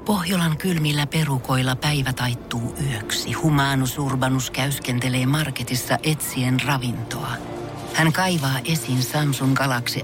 Pohjolan kylmillä perukoilla päivä taittuu yöksi. Humanus Urbanus käyskentelee marketissa etsien ravintoa. Hän kaivaa esiin Samsung Galaxy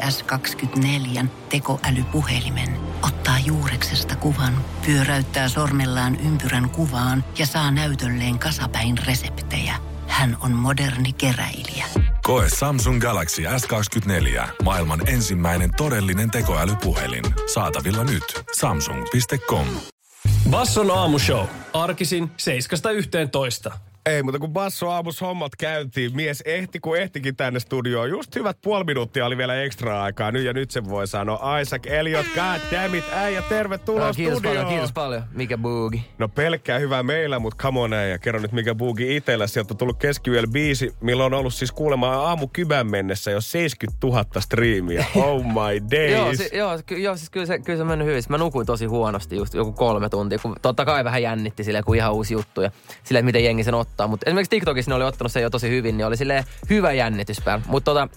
S24 tekoälypuhelimen, ottaa juureksesta kuvan, pyöräyttää sormellaan ympyrän kuvaan ja saa näytölleen kasapäin reseptejä. Hän on moderni keräilijä. Koe Samsung Galaxy S24. Maailman ensimmäinen todellinen tekoälypuhelin. Saatavilla nyt. Samsung.com. Basson aamushow. Arkisin 7–11. Ei, mutta kun Basso aamus hommat käytiin, mies ehti kun ehtikin tänne studioon. Just hyvät puoli minuuttia oli vielä ekstra aikaa. Nyt se voi sanoa. Isaac Elliot, god damn it, äijä, tervetuloa studioon. Kiitos paljon. Mikä boogie? No pelkkää hyvää meillä, mutta come on äijä. Kerro nyt mikä boogie itsellä. Sieltä on tullut keskiyöllä biisi, millä on ollut siis kuulemaan aamukybän mennessä jo 70 000 striimiä. Oh my days. Siis kyllä se on mennyt hyvin. Mä nukuin tosi huonosti just joku 3 tuntia. Kun totta kai vähän jännitti silleen, kun ihan uusi juttu ja silleen, miten jengi sen ottaa. Mutta esimerkiksi TikTokissa ne oli ottanut sen jo tosi hyvin, niin oli silleen hyvä jännitys päällä. Mutta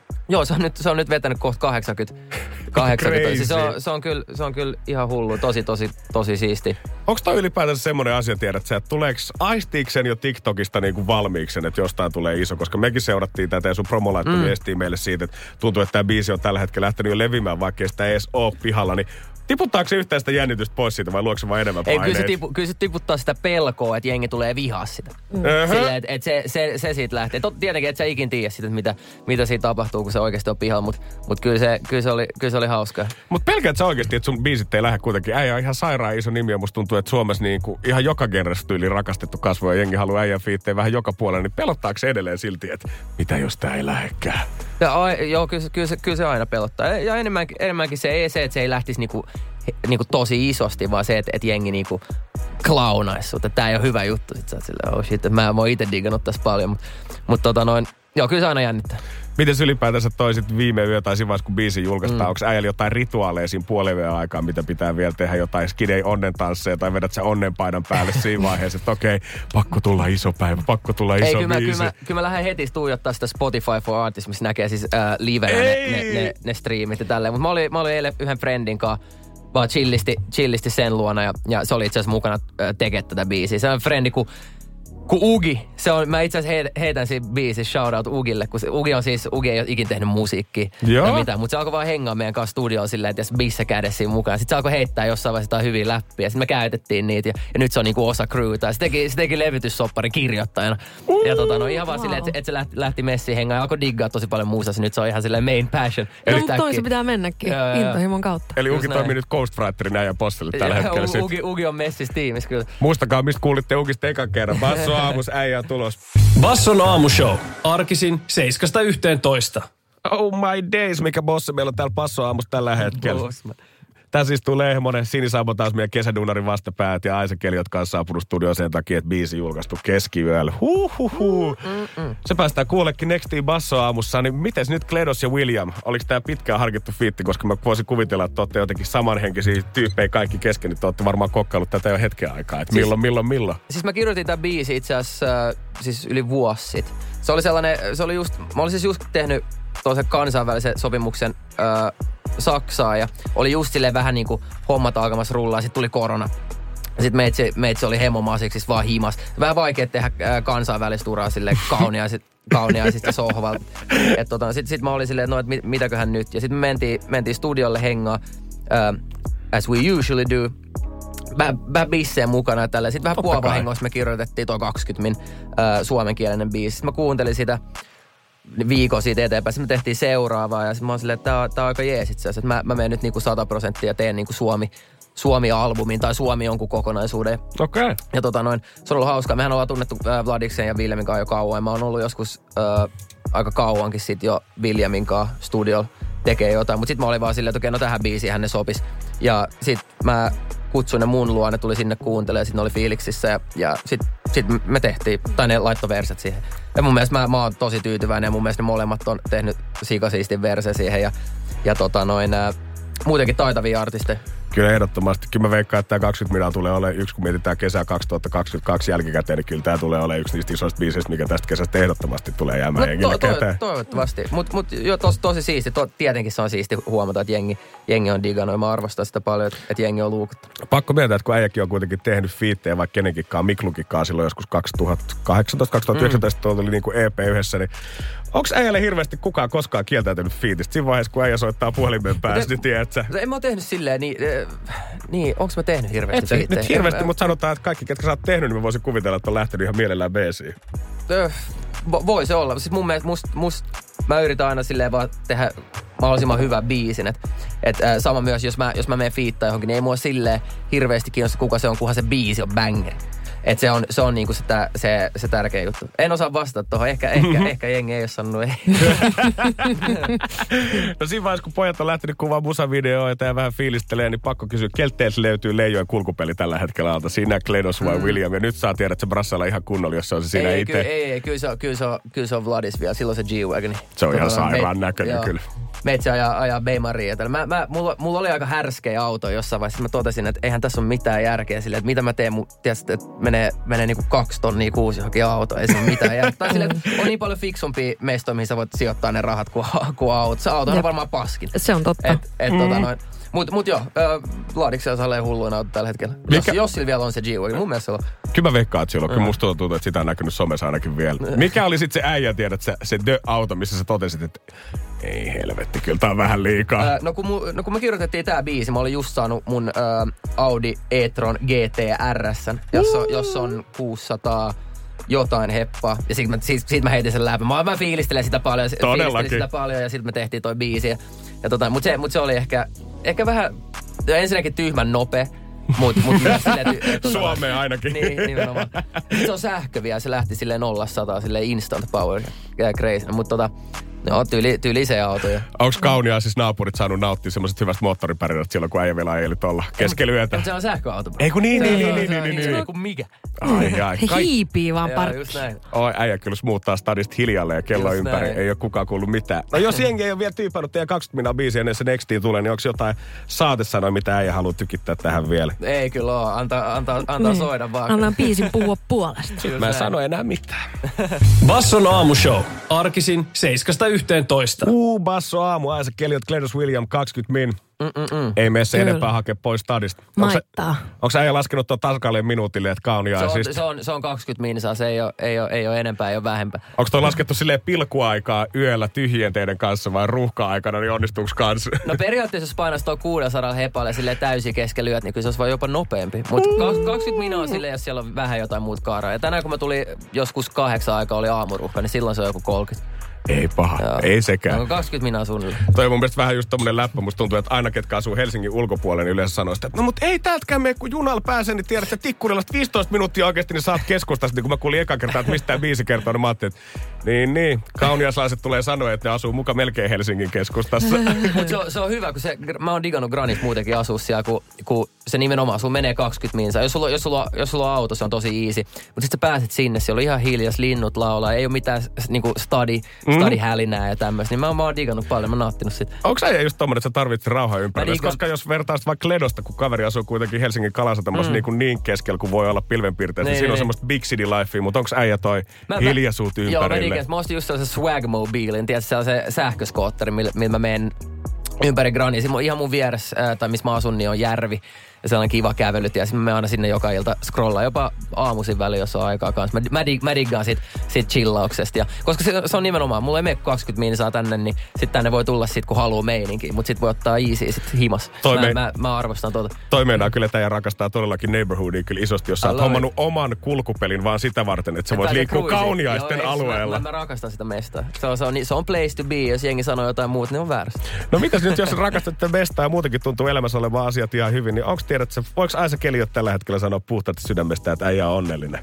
se on nyt vetänyt kohta 80. Siis se on kyllä ihan hullu, tosi siisti. Onko toi ylipäätänsä semmoinen asia, tiedät sä, että aistiiko sen jo TikTokista niinku valmiiksi sen, että jostain tulee iso? Koska mekin seurattiin tätä ja sun promo laittoi viestiä meille siitä, että tuntuu, että tämä biisi on tällä hetkellä lähtenyt jo levimään, vaikka ei sitä edes ole pihalla, niin tiputtaako se yhtään sitä jännitystä pois siitä vai luoko se vaan enemmän paineet? Kyllä se tiputtaa sitä pelkoa, että jengi tulee vihaa sitä. Silleen, että se siitä lähtee. Tietenkin, että sä ikin tiedä sitä, mitä siitä tapahtuu, kun se oikeasti on pihalla, mutta kyllä se oli hauskaa. Mutta pelkäät sä oikeasti, että sun biisit ei lähde kuitenkin. Äijä on ihan sairaan iso nimi ja musta tuntuu, että Suomessa niinku ihan joka genressä tyyli rakastettu kasvu ja jengi haluaa äijän fiittejä vähän joka puolella, niin pelottaako se edelleen silti, että mitä jos tää ei lähdekään? Joo, kyllä se aina pelottaa. Ja enemmänkin se, että se ei lähtisi niinku tosi isosti, vaan se, että jengi niinku klaunaisi sut. Tää ei ole hyvä juttu. Sit sä oot silleen, oh shit, mä oon ite digannut tässä paljon. Mutta joo, kyllä se aina jännittää. Miten ylipäätänsä toisit viime yö tai siinä vaiheessa, kun biisi julkaistaan? Onko äijällä jotain rituaaleja siinä puoliveen aikaa, mitä pitää vielä tehdä? Jotain skidei onnentansseja tai vedät sä onnenpaidan päälle siinä vaiheessa, että okei, pakko tulla iso päivä, pakko tulla iso biisi. Kyllä mä lähden heti tuijottaa sitä Spotify for Artists, missä näkee siis livenä ne striimit ja tälleen. Mutta mä olin eilen yhden friendin kanssa vaan chillisti sen luona ja se oli itse asiassa mukana tekemään tätä biisiä. Se on frendi kuin Ugi. Mä itse asiassa heitän siinä biisissä shoutout Ugille, kun Ugi ei ole ikin tehnyt musiikkia ja mitään, mutta se alkoi vaan hengaa meidän kanssa studioon silleen, että jos bissä kädessä siinä mukaan. Sitten se alkoi heittää jossain vaiheessa jotain hyviä läppiä. Sitten me käytettiin niitä ja nyt se on niinku osa crewta. Se teki levytyssoppari kirjoittajana. Ja ihan vaan silleen, että se lähti messiin hengaan ja alkoi diggaa tosi paljon muussa. Nyt se on ihan silleen main passion. No, mutta toi se pitää mennäkin intohimon kautta. Eli Ugi toimii nyt Ghostwriterin äijän postille tällä hetkellä. Ugi on messissä tiimissä kyllä. Muistakaa, mistä kuulitte Ugista ekan kerran. Basso aamus, äijä tulos. Basson aamushow. Arkisin 7–11. Oh my days, mikä bossi meillä on täällä Basso aamus tällä hetkellä. Tää siis tulee Lehmonen, Sinisabo taas meidän kesäduunarin vastapäät ja Isaac Elliot kanssa saapunut studioon sen takia, että biisi julkaistu keskiyöllä. Se päästään kuullekin Nextiin Basso aamussa, niin mites nyt Kledos ja William? Oliko tää pitkään harkittu fiitti, koska mä voisin kuvitella, että olette jotenkin samanhenkisiä tyyppejä kaikki kesken, niin te olette varmaan kokkaillut tätä jo hetken aikaa, että milloin? Siis mä kirjoitin tää biisi itse asiassa siis yli vuosi sit. Mä olin siis just tehnyt toisen kansainvälisen sopimuksen Saksaan ja oli just silleen vähän niinku hommat alkamassa rullaa, sitten tuli korona. Sitten meitsi oli hemomasiksi siis vaan himas. Vähän vaikea tehdä kansainvälistä uraa silleen kauniaisista sohvalta. Sitten mä olin silleen, että no, mitäköhän nyt. Ja sitten me mentiin studiolle hengaa, as we usually do. Vähän bisseen mukana ja tälleen. Sitten vähän puolivahingossa me kirjoitettiin tuo 20 suomenkielinen biisi. Sitten mä kuuntelin sitä viikon siitä eteenpäin. Sitten me tehtiin seuraavaa ja sitten mä oon silleen, että tää on aika jees itse asiassa. Mä menen nyt niinku 100% ja teen niinku Suomi-albumin tai Suomi jonkun kokonaisuuden. Okei. Ja se on ollut hauskaa. Mehän ollaan tunnettu Vladiksen ja Viljamin kanssa jo kauan. Mä oon ollut joskus aika kauankin sit jo Viljamin kanssa studiolla tekee jotain. Mutta sit mä olin vaan silleen, että okei, no tähän biisiin ne sopis. Ja sit mä kutsuin ne mun luo, ne tuli sinne kuuntelemaan, sit ne oli fiiliksissä ja sit me tehtiin, tai ne laittoi verset siihen. Ja mun mielestä mä oon tosi tyytyväinen ja mun mielestä ne molemmat on tehnyt sikasiistin verse siihen ja muutenkin taitavia artisteja. Kyllä ehdottomasti. Kyllä mä veikkaan, että tämä 20 minaa tulee olemaan yksi, kun mietitään kesää 2022 jälkikäteen, niin kyllä tämä tulee olemaan yksi niistä isoista biiseistä, mikä tästä kesästä ehdottomasti tulee jäämään jengille käteen. Toivottavasti. Mut jo tosi siisti. Tietenkin se on siisti huomata, että jengi on digannut. Mä arvostan sitä paljon, että jengi on luukuttanut. Pakko mieltä, että kun äijäkin on kuitenkin tehnyt fiittejä vaikka kenenkinkaan, Miklukikkaan silloin joskus 2018-2019 oli niin kuin EP yhdessä, niin onko äijälle hirveästi kukaan koskaan kieltäytynyt fiitistä? Siinä vaiheessa, kun äijä soittaa puhelimen päässä, niin tiedätkö? En mä oon tehnyt silleen, niin onko mä tehnyt hirveästi fiittejä? Nyt hirveästi, mutta sanotaan, että kaikki, ketkä sä oot tehnyt, niin mä voisin kuvitella, että on lähtenyt ihan mielellään beesiin. Voi se olla. Siis mun mielestä mä yritän aina silleen vaan tehdä mahdollisimman hyvän biisin. Et sama myös, jos mä menen fiittaan johonkin, niin ei mua silleen hirveästi kiinnosta, kuka se on, kunhan se biisi on banger. Et se on niinku se tärkeä juttu. En osaa vastata tuohon. Ehkä jengi ei ole sanonut ei. No siinä vaiheessa, kun pojat on lähtenyt kuvaamaan musavideoita ja vähän fiilistelee, niin pakko kysyä, kelteessä löytyy Leijojen kulkupeli tällä hetkellä alta. Siinä Kledos vai William. Ja nyt saa tiedä, että se brassalla ihan kunnolla, jos se on se siinä itse. Ei. Kyllä se on Vladis vielä. Silloin se G-Wagoni. Se on ihan sairaan näköinen kyllä. Meitsi ajaa Beimaria. Mulla oli aika härskeä auto jossain vaiheessa. Mä totesin, että eihän tässä ole mitään järkeä silleen, että mitä mä teen. Tiedätkö, että menee niinku 2 tonnia kuusi johonkin autoon. Ei se ole mitään järkeä. Tai silleen, että on niin paljon fiksumpia mestoja, mihin sä voit sijoittaa ne rahat kuin auto. Se auto on varmaan paskin. Se on totta. Mut joo, Vladiksi on sellainen hulluin auto tällä hetkellä. Jos sillä vielä on se G-Wagon, mun mielestä se on. Kyllä mä veikkaan, että silloin. Kyllä musta tuntuu, että sitä on näkynyt somessa ainakin vielä. Mikä oli sitten se äijä, tiedät se The-auto, missä sä totesit, että ei helvetti, kyllä tää on vähän liikaa. Kun me kirjoitettiin tää biisi, mä olin just saanut mun Audi e-tron GT RS:n, jossa on 600 jotain heppaa. Ja siitä mä heitin sen läpi. Mä fiilistelen sitä paljon. Ja sitten me tehtiin toi biisi. Mut se oli ehkä vähän ensinnäkin tyhmän nopea. Mut myös silleen... Suomeen ainakin. Niin, nimenomaan. Se on sähkö vielä. Se lähti silleen 0-100, silleen instant power. Crazy. Mutta tyyli se auto. Onko Kauniaisissa naapurit saanut nauttia semmoiset hyvästä moottoripärinät silloin, kun äijä vielä ajeli tuolla keskellä yötä? Se on sähköauto. Ei kun niin. Se on kuin mikä. Ai. Hiipii vaan parkkiin. Äijä kyllä muuttaa stadista hiljalleen ja kello ympäri. Ei ole kukaan kuullut mitään. No jos jengi ei ole vielä tyypannut teidän 20 minaa biisiä ennen se Nextiin tulee, niin onko jotain saatesanoja, mitä äijä haluaa tykittää tähän vielä? Ei kyllä ole. Antaa soida vaan. Annan biisin puhua puolesta. Mä en sano enää mitään. Basson aamushow. Arkisin 7-11. Basso aamu. Isaac Elliot, Kledos William, 20 min. Ei mene se enempää hakea pois stadista. Maittaa. Onko äijä laskenut tuon tarkalleen minuutille, että Kauniaisista? Se on 20 minsaa, se ei ole enempää, ei ole vähempää. Onko toi laskettu silleen pilkuaikaa yöllä tyhjien teidän kanssa vai ruuhka-aikana, niin onnistuuko kanssa? No periaatteessa jos painaisi tuo 600 hepalle silleen täysin keskellä yöt, niin kyllä se olisi vaan jopa nopeampi. Mutta 20 minaa on silleen, jos siellä on vähän jotain muut kaaraa. Ja tänään kun mä tulin joskus 8 aikaa oli aamuruuhka, niin silloin se on joku 30. Ei paha, ei sekään. Onko 20 minaa suunnilleen? Toi on mun mielestä vähän just tommonen läppä. Musta tuntuu, että aina ketkä asuu Helsingin ulkopuolella, niin yleensä sanoo sitä, että no mut ei täältäkään mene, kun junalla pääsee, niin tiedät, että Tikkurilasta 15 minuuttia oikeasti, niin saat keskustasta. Niin kun mä kuulin eka kertaa, että mistään 5 kertaa, niin mä ajattelin, että niin, kauniaislaiset tulee sanoa, että ne asuu muka melkein Helsingin keskustassa. Mut se on hyvä, kun mä oon digannut Granit muutenkin asua siellä, kun se nimenomaan, sulla menee 20 minsaa. Jos sulla on auto, se on tosi easy. Mutta sit sä pääset sinne, siellä on ihan hiljas, linnut laulaa, ei ole mitään niinku stadi-hälinää ja tämmöistä. Niin mä oon digannut paljon, mä oon nauttinut sitä. Onko sä just tommonen, että sä tarvitset rauhaa ympärillä? Koska jos vertaisit vaikka Kledosta, kun kaveri asuu kuitenkin Helsingin Kalasatamassa niin keskellä, kuin voi olla pilvenpiirteessä. Niin, siinä on semmoista big city lifea, mutta onko äijä toi hiljaisuut ympärille? Joo, mä ostin just sellaisen swagmobiilin, tiedätkö, sellaisen sähköskootterin, millä mä menen ympäri Grania. Siinä ihan mun vieressä, tai missä mä asun, niin on järvi. Ja sellainen kiva kävelyt. Ja sitten mä aina sinne joka ilta scrollaan. Jopa aamuisin väliin, jos on aikaa kanssa. Mä diggaan siitä chillauksesta. Ja, koska se on nimenomaan, mulla ei mene 20 minsaa tänne, niin sitten tänne voi tulla sit, kun haluaa meininkin. Mutta sitten voi ottaa easy sit himas. Mä arvostan tuota. Toi meinaa kyllä, että rakastaa todellakin neighborhoodia kyllä isosti, jos sä oot hommannut oman kulkupelin vaan sitä varten, että sä voit liikkua Kauniaisten alueella. Mä rakastan sitä mestaa. Se on place to be. Jos jengi sanoo jotain muuta, niin on väärästä. No mitäs nyt, jos rakastat mestaa ja muutenkin tuntuu elämässä olevan asiat ihan hyvin, niin onko tiedät, että voiko Isaac Elliot tällä hetkellä sanoa puhtaasti sydämestä, että äijä on onnellinen?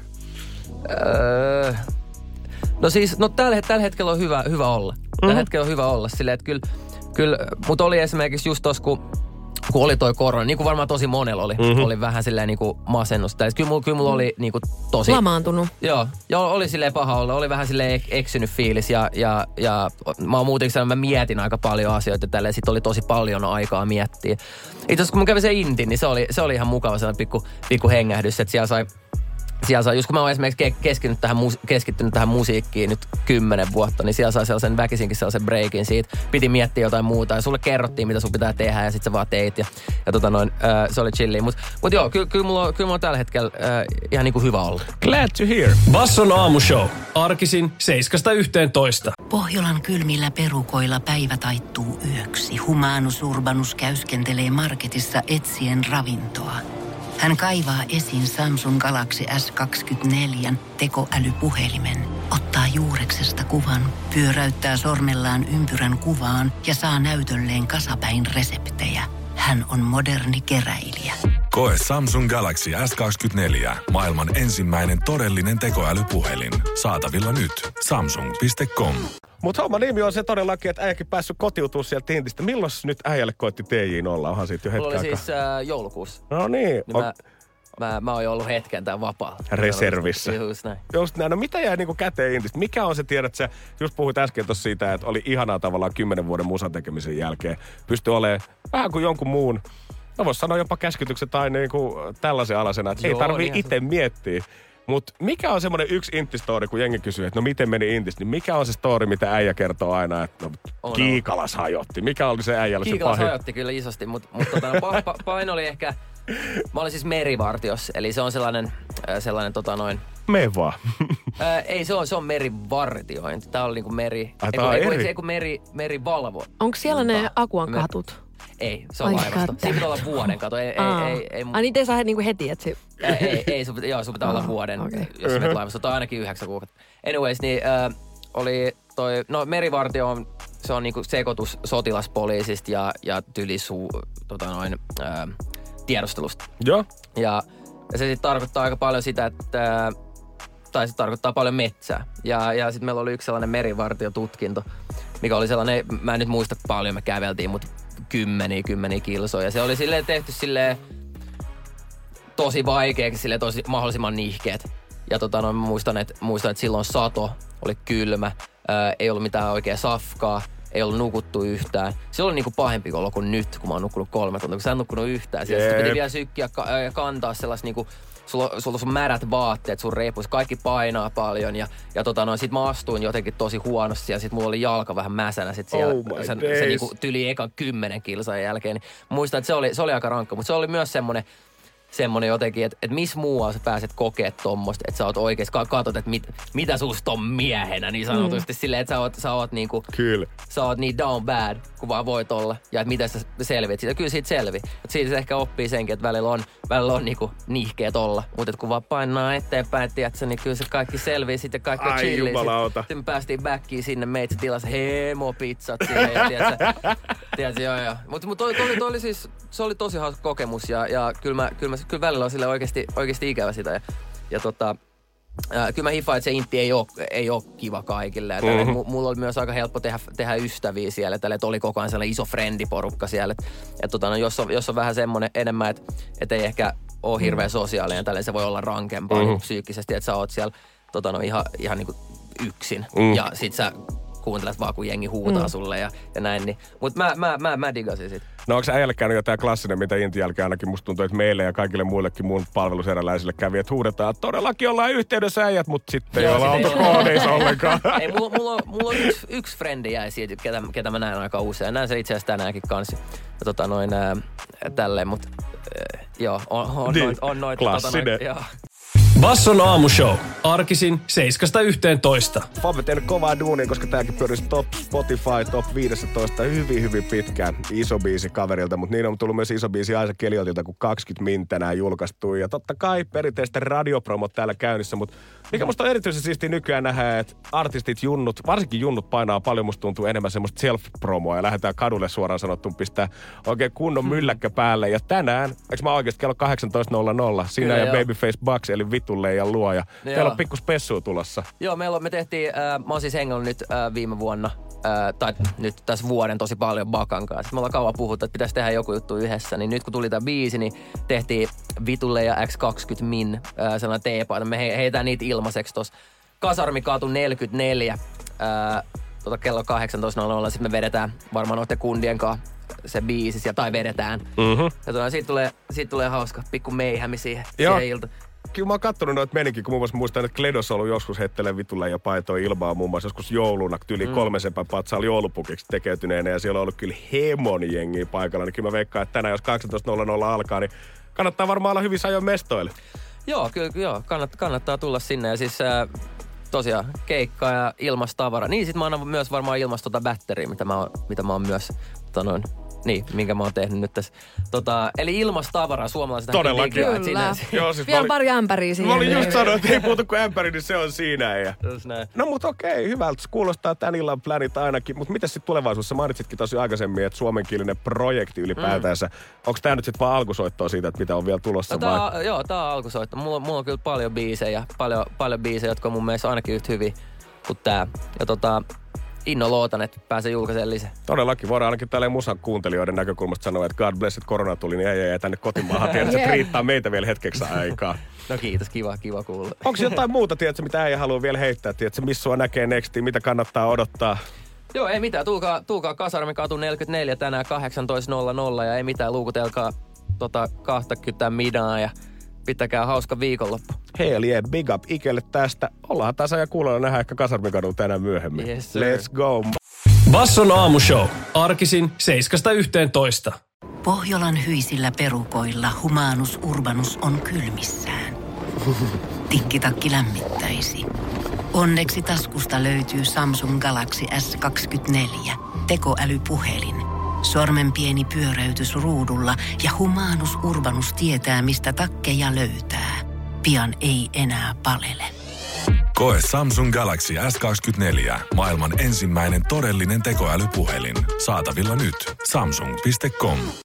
No siis, tällä hetkellä on hyvä olla. Tällä hetkellä on hyvä olla silleen, että kyllä, mutta oli esimerkiksi just tossa, kun kun oli toi korona, niin kuin varmaan tosi monella oli vähän silleen niinku masennusta. Kyllä mulla oli niinku tosi... Lamaantunut. Joo, oli silleen paha olla. Oli vähän silleen eksynyt fiilis ja mä oon muutenkin sanonut, mä mietin aika paljon asioita tälleen. Sit oli tosi paljon aikaa miettiä. Itse asiassa kun mä kävin sen Intin, niin se oli ihan mukava sellainen pikku hengähdys, että siellä sai, just kun mä oon esimerkiksi keskittynyt tähän musiikkiin nyt 10 vuotta, niin siellä sai sellaisen väkisinkin sellaisen breakin siitä. Piti miettiä jotain muuta ja sulle kerrottiin, mitä sun pitää tehdä ja sit sä vaan teit ja se oli chillia. Mut joo, kyllä mulla on tällä hetkellä ihan niinku hyvä olla. Glad to hear. Basson aamushow. Arkisin 7–11. Pohjolan kylmillä perukoilla päivä taittuu yöksi. Humanus Urbanus käyskentelee marketissa etsien ravintoa. Hän kaivaa esiin Samsung Galaxy S24 tekoälypuhelimen, ottaa juureksesta kuvan, pyöräyttää sormellaan ympyrän kuvaan ja saa näytölleen kasapäin reseptejä. Hän on moderni keräilijä. Koe Samsung Galaxy S24. Maailman ensimmäinen todellinen tekoälypuhelin. Saatavilla nyt. Samsung.com. Mutta homma nimi on se todellakin, että äijäkin päässyt kotiutumaan sieltä Tintistä. Milloin nyt äijälle koitti TJ:n olla? Onhan siitä jo hetken aikaa. Mulla oli siis joulukuussa. No niin. Mä oon jo ollut hetken tämän vapaalla. Reservissä. Just näin. No mitä jäi niinku käteen Intistä? Mikä on se, tiedät sä, just puhuit äsken tossa siitä, että oli ihanaa tavallaan 10 vuoden musan tekemisen jälkeen. Pystyi olemaan vähän kuin jonkun muun, no vois sanoa jopa käskytyksen tai niinku tällaisen alasena, että ei tarvii itse miettiä. Mutta mikä on semmoinen yksi Intti-story, kun jengi kysyy, että no miten meni Intistä, niin mikä on se story, mitä äijä kertoo aina, että no, Kiikalas hajotti. Mikä oli se äijällä se pahin? Kiikalas hajotti kyllä isosti, mutta pahin oli ehkä, mä olin siis merivartiossa, eli se on sellainen Me vaan. Ei, se on merivartiointi. Tää oli niinku meri... merivalvo. Onko siellä ne Akuan katut? Ei, se on laivasto. Siinä pitää olla vuoden kato. Niitä ei saa niinku heti, että sun pitää olla vuoden, okay. Jos menet laivasto. Tai ainakin 9 kuukautta. Anyways, niin oli toi... No, merivartio se on niinku sekoitus sotilaspoliisista ja tiedustelusta. Joo. Ja se sitten tarkoittaa aika paljon sitä, että... Tai se tarkoittaa paljon metsää. Ja sitten meillä oli yksi sellainen merivartiotutkinto, mikä oli sellainen, mä en nyt muista paljon, me käveltiin, mutta kymmeniä kilsoja. Se oli silleen tehty silleen tosi vaikeaksi, silleen tosi mahdollisimman nihkeet. Ja muistan, että silloin sato, oli kylmä, ei ollut mitään oikea safkaa, ei ollut nukuttu yhtään. Se oli niinku pahempi olo kuin nyt, kun mä oon nukkunut 3 tuntia, kun sä en nukkunut yhtään. Sitten piti vielä sykkiä ja kantaa sellaista niinku... Sulla on märät vaatteet, sun reipuissa, kaikki painaa paljon ja sit mä astuin jotenkin tosi huonosti ja sit mulla oli jalka vähän mäsänä sit siellä se niinku tyli ekan 10 kilsan jälkeen. Niin muistan, että se oli aika rankka, mutta se oli myös semmonen jotenkin, että missä muualla sä pääset kokea tommoista, että sä oot oikeesti, katot, että mitä susta on miehenä, niin sanotusti silleen, että sä oot niinku, kyllä. Sä oot niin down bad, kun vaan voit olla, ja että miten sä selviät siitä. Kyllä siitä selvii. Että siitä se ehkä oppii senkin, että välillä on niinku nihkeet olla, mutta kun vaan painaa eteenpäin, tiiätkö, niin kyllä se kaikki selvii, sitten kaikki on chilli. Ai jumalauta. Sitten me päästiin backiin sinne, meitsi tilasi hemopizzat siihen, tiiätkö, joo. Mutta toi oli siis, se oli tosi hauska kokemus, ja kyllä välillä on sille oikeasti ikävä sitä. Kyllä mä hiffaan, että se Intti ei oo kiva kaikille. Mulla oli myös aika helppo tehdä ystäviä siellä, että oli koko ajan sellainen iso frendiporukka siellä. Jos on vähän semmoinen enemmän, että ei ehkä ole hirveän sosiaalinen, tälleen se voi olla rankempaa psyykkisesti, että sä oot siellä ihan niin kuin yksin. Ja sit sä kuuntelet vaan, kun jengi huutaa sulle ja näin. Niin. Mutta mä digasin sit. No onko sä äijälle käynyt jo tää klassinen, mitä Intin jälkeen ainakin musta tuntuu, että meille ja kaikille muillekin mun palveluseräläisille kävi, että huudetaan, että todellakin ollaan yhteydessä äijät, mutta sitten ei olla oltu koodeissa ollenkaan. Ei, mulla on yksi frendi jäi siitä, ketä mä näen aika usein. Näen se itse asiassa tänäänkin kanssa. Tälleen, mutta joo, on noita. Klassinen. Basson aamushow. Arkisin 7–11. Fabe tehnyt kovaa duunia, koska tääkin pyörisi Spotify top 15 hyvin pitkään. Iso biisi kaverilta, mutta niin on tullut myös iso biisi Aisa Keliotilta, kun 20 min tänään julkaistu. Ja totta kai perinteistä radiopromot täällä käynnissä, mutta mikä musta on erityisen siistiä nykyään nähdä, että artistit, junnut, varsinkin junnut painaa paljon, musta tuntuu enemmän semmoista self-promoa ja lähdetään kadulle suoraan sanottuun pistää oikein kunnon mylläkkä päälle. Ja tänään, eikö mä oikeasti kello 18.00, sinä ja Babyface Bucks, eli Vitulle ja luoja. Teillä on pikku spessua tulossa. Joo, me tehtiin, mä oon siis hengannut nyt viime vuonna tai nyt tässä vuoden tosi paljon Bakan kanssa. Sitten me ollaan kauan puhuttu, että pitäisi tehdä joku juttu yhdessä. Niin nyt kun tuli tämä biisi, niin tehtiin Vitulle ja X20 Min sellainen teepaita. Me heitään niitä ilmaiseksi tuossa Kasarmikaatu 44 kello 18.00. Sitten me vedetään varmaan noiden kundien kanssa se biisi, tai vedetään. Mm-hmm. Ja siitä tulee hauska pikku meihämi siihen ilta. Kyllä mä oon kattonut noita menikin, kun muun muassa muistan, että Kledos on ollut joskus heittelee Vitulle ja paitoja ilmaa muun muassa joskus jouluna, yli 3 sepän patsaalla joulupukiksi tekeytyneenä, ja siellä on ollut kyllä hemon jengiä paikalla, niin kyllä mä veikkaan, että tänään jos 18.00 alkaa, niin kannattaa varmaan olla hyvissä ajoin mestoille. Joo, kyllä kannattaa tulla sinne, ja siis tosiaan keikkaa ja ilmastavara. Niin sit mä annan myös varmaan ilmasta batteria, mitä mä oon myös minkä mä oon tehnyt nyt tässä. Eli ilmastavaraa suomalaiset. Todellakin. Kyllä. Joo, siis vielä pari ämpäriä siihen. Mä olin just sanonut, että ei puutu kuin ämpäri, niin se on siinä. Just näin. No mutta okei, hyvältä. Kuulostaa tän illan planit ainakin. Mutta mitäs sitten tulevaisuudessa? Mainitsitkin tosi aikaisemmin, että suomenkielinen projekti ylipäätänsä. Onko tää nyt sitten vaan alkusoittoa siitä, että mitä on vielä tulossa? Joo, tää on alkusoitto. Mulla on kyllä paljon biisejä. Paljon biisejä, jotka on mun mielestä ainakin yhtä hyviä kuin tää. Ja innolla ootan, että pääsee julkaisemaan lisää. Todellakin. Voidaan ainakin tälleen musan kuuntelijoiden näkökulmasta sanoa, että God bless, että korona tuli, niin ei tänne kotimaahan. Tiedät, että se riittää meitä vielä hetkeksi aikaa. No kiitos, kiva kuulla. Onko jotain muuta, tiedätkö, mitä äijä haluaa vielä heittää? Tiedätkö, missä sua näkee nextiin, mitä kannattaa odottaa? Joo, ei mitään. Tulkaa Kasarmikatu 44 tänään 18.00 ja ei mitään, luukutelkaa 20 midaa ja pitäkää hauska viikonloppu. Hell yeah, big up Ikelle tästä. Ollaan tasa ja kuulolla nähdä ehkä Kasarmikadun tänään myöhemmin. Yes, sir. Let's go. Basson aamushow. Arkisin 7–11. Pohjolan hyisillä perukoilla Humanus Urbanus on kylmissään. Tikkitakki lämmittäisi. Onneksi taskusta löytyy Samsung Galaxy S24. Tekoälypuhelin. Sormen pieni pyöräytys ruudulla ja Humanus Urbanus tietää, mistä takkeja löytää. Pian ei enää palele. Koe Samsung Galaxy S24. Maailman ensimmäinen todellinen tekoälypuhelin. Saatavilla nyt. Samsung.com.